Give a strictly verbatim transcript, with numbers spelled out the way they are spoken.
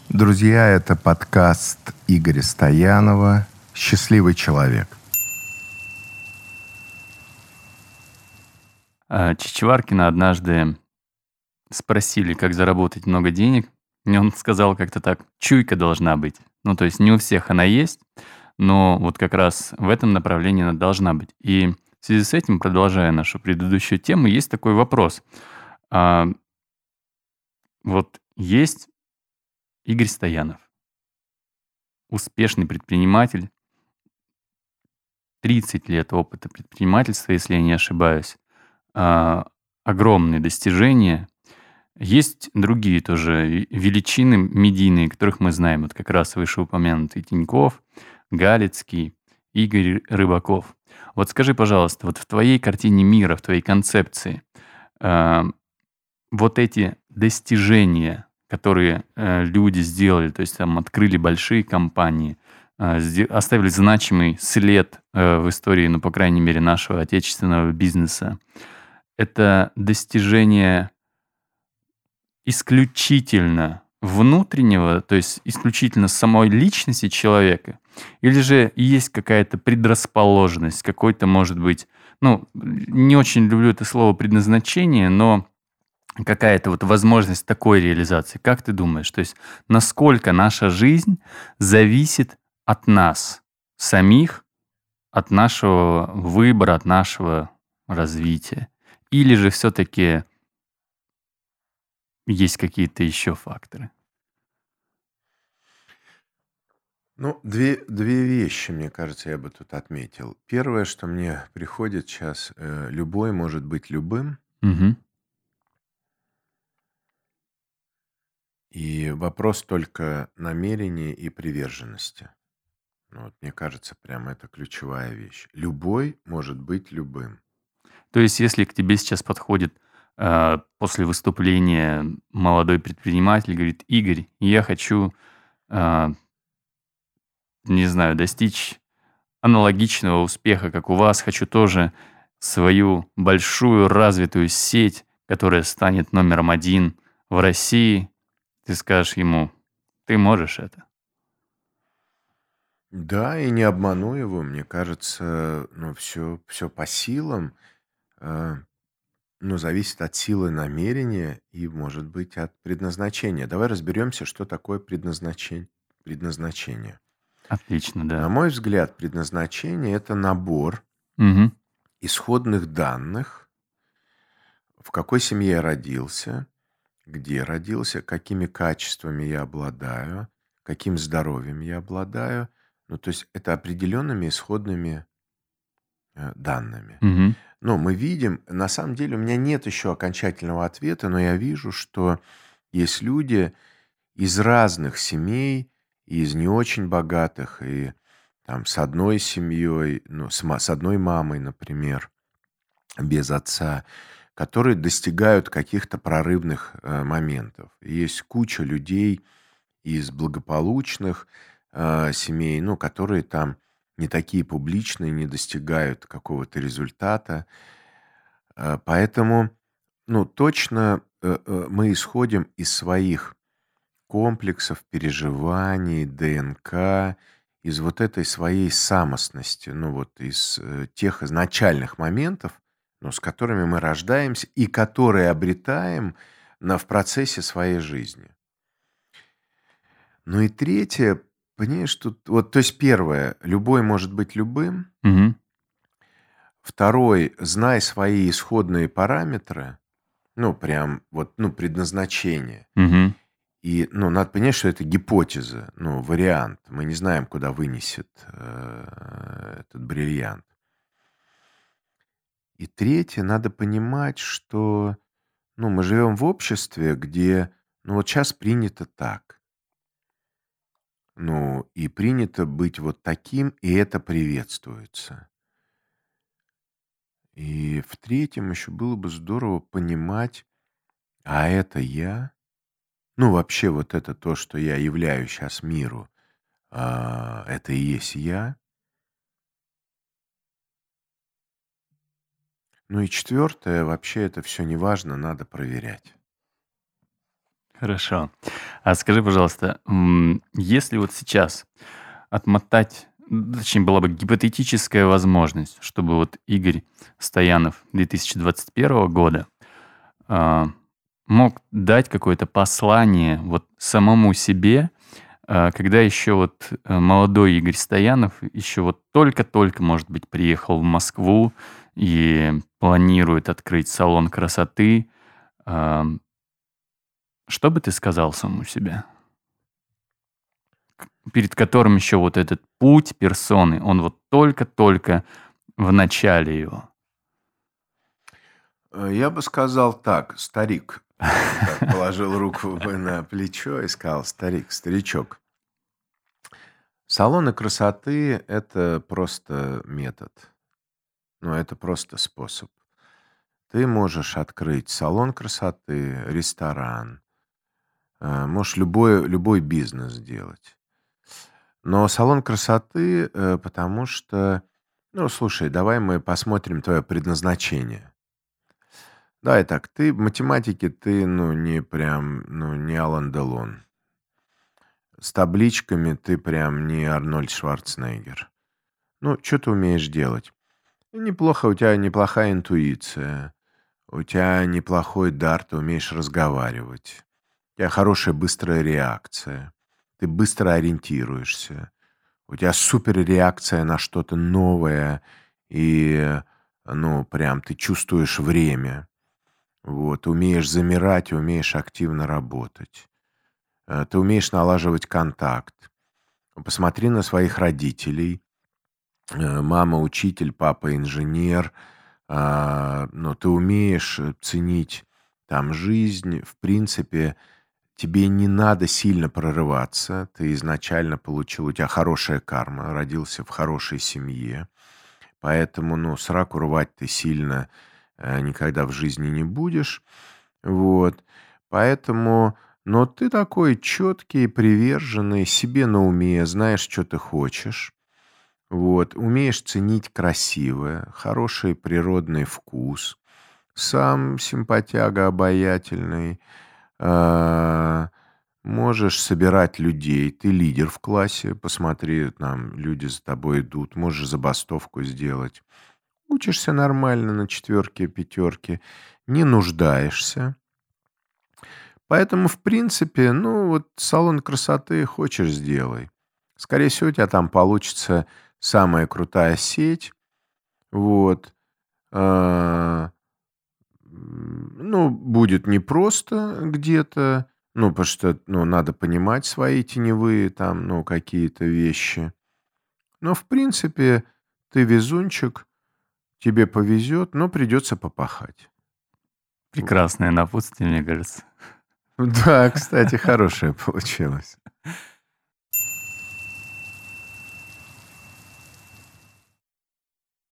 Друзья, это подкаст Игоря Стоянова «Счастливый человек». А, Чичваркина однажды спросили, как заработать много денег, и он сказал как-то так: чуйка должна быть. Ну, то есть не у всех она есть, но вот как раз в этом направлении она должна быть. И в связи с этим, продолжая нашу предыдущую тему, есть такой вопрос. А, вот есть Игорь Стоянов, успешный предприниматель, тридцать лет опыта предпринимательства, если я не ошибаюсь, а, огромные достижения. Есть другие тоже ве- величины медийные, которых мы знаем. Вот как раз вышеупомянутый Тиньков, Галицкий, Игорь Рыбаков. Вот скажи, пожалуйста, вот в твоей картине мира, в твоей концепции, а, вот эти достижения, которые э, люди сделали, то есть там открыли большие компании, а, сде- оставили значимый след э, в истории, ну, по крайней мере, нашего отечественного бизнеса, это достижение исключительно внутреннего, то есть исключительно самой личности человека, или же есть какая-то предрасположенность, какой-то, может быть, ну, не очень люблю это слово предназначение, но какая-то вот возможность такой реализации. Как ты думаешь, то есть насколько наша жизнь зависит от нас самих, от нашего выбора, от нашего развития? Или же все-таки есть какие-то еще факторы? Ну, две, две вещи, мне кажется, я бы тут отметил. Первое, что мне приходит сейчас, э, любой может быть любым, Мгм. и вопрос только намерения и приверженности. Ну, вот мне кажется, прям это ключевая вещь. Любой может быть любым. То есть, если к тебе сейчас подходит э, после выступления молодой предприниматель, говорит: Игорь, я хочу, э, не знаю, достичь аналогичного успеха, как у вас, хочу тоже свою большую развитую сеть, которая станет номером один в России, ты скажешь ему: ты можешь это. Да, и не обману его, мне кажется, ну, все, все по силам. э, Ну, зависит от силы намерения и, может быть, от предназначения. Давай разберемся, что такое предназначение. Предназначение. Отлично, На да. мой взгляд, предназначение– это набор Мгм. исходных данных, в какой семье я родился, где родился, какими качествами я обладаю, каким здоровьем я обладаю. Ну, то есть это определенными исходными э, данными. Мгм. Но мы видим, на самом деле у меня нет еще окончательного ответа, но я вижу, что есть люди из разных семей, и из не очень богатых, и там с одной семьей, ну, с, ма- с одной мамой, например, без отца, которые достигают каких-то прорывных э, моментов. И есть куча людей из благополучных э, семей, ну, которые там не такие публичные, не достигают какого-то результата. Э, Поэтому, ну, точно э, э, мы исходим из своих комплексов, переживаний, ДНК, из вот этой своей самостности, ну вот из э, тех изначальных моментов, ну, с которыми мы рождаемся и которые обретаем на, в процессе своей жизни. Ну и третье, понимаешь, тут, вот, то есть первое, любой может быть любым. Мгм. Второй, знай свои исходные параметры, ну, прям вот, ну, предназначение. Мгм. И, ну, надо понять, что это гипотеза, ну, вариант. Мы не знаем, куда вынесет э, этот бриллиант. И третье, надо понимать, что, ну, мы живем в обществе, где, ну, вот сейчас принято так. Ну, и принято быть вот таким, и это приветствуется. И в-третьем, еще было бы здорово понимать, а это я? Ну, вообще, вот это то, что я являю сейчас миру, а, это и есть я. Ну и четвертое, вообще это все неважно, надо проверять. Хорошо. А скажи, пожалуйста, м, если вот сейчас отмотать, м, точнее, была бы гипотетическая возможность, чтобы вот Игорь Стоянов две тысячи двадцать первого года а, мог дать какое-то послание вот самому себе, а, когда еще вот э, молодой Игорь Стоянов еще вот только-только, может быть, приехал в Москву и планирует открыть салон красоты, ам, что бы ты сказал самому себе? Перед которым еще вот этот путь персоны, он вот только-только в начале его. Э, Я бы сказал так, старик. Так, положил руку бы на плечо и сказал, старик, старичок. Салоны красоты– это просто метод. Ну, это просто способ. Ты можешь открыть салон красоты, ресторан, э, можешь любой, любой бизнес делать. Но салон красоты, э, потому что, ну, слушай, давай мы посмотрим твое предназначение. Давай так, ты в математике, ты, ну, не прям, ну, не Алан Делон. С табличками ты прям не Арнольд Шварценеггер. Ну, что ты умеешь делать? Неплохо, у тебя неплохая интуиция, у тебя неплохой дар, ты умеешь разговаривать, у тебя хорошая быстрая реакция, ты быстро ориентируешься, у тебя супер реакция на что-то новое, и, ну, прям ты чувствуешь время. Вот, умеешь замирать, умеешь активно работать. Э, Ты умеешь налаживать контакт. Посмотри на своих родителей. Э, Мама учитель, папа инженер. А, Но ты умеешь э, ценить там жизнь. В принципе, тебе не надо сильно прорываться. Ты изначально получил, у тебя хорошая карма, родился в хорошей семье. Поэтому, ну, сраку рвать ты сильно э, никогда в жизни не будешь. Вот. Поэтому, но ты такой четкий, приверженный, себе на уме, знаешь, что ты хочешь. Вот. Умеешь ценить красивое, хороший природный вкус. Сам симпатяга обаятельный. а, Можешь собирать людей. Ты лидер в классе. Посмотри, там люди за тобой идут. Можешь забастовку сделать. Учишься нормально на четверке, пятерке. Не нуждаешься. Поэтому, в принципе, ну, вот салон красоты хочешь — сделай. Скорее всего, у тебя там получится самая крутая сеть. Вот. А, м, Ну, будет непросто где-то. Ну, потому что, ну, надо понимать свои теневые там, ну, какие-то вещи. Но, в принципе, ты везунчик, тебе повезет, но придется попахать. Прекрасное напутствие, мне кажется. Да, кстати, хорошее получилось.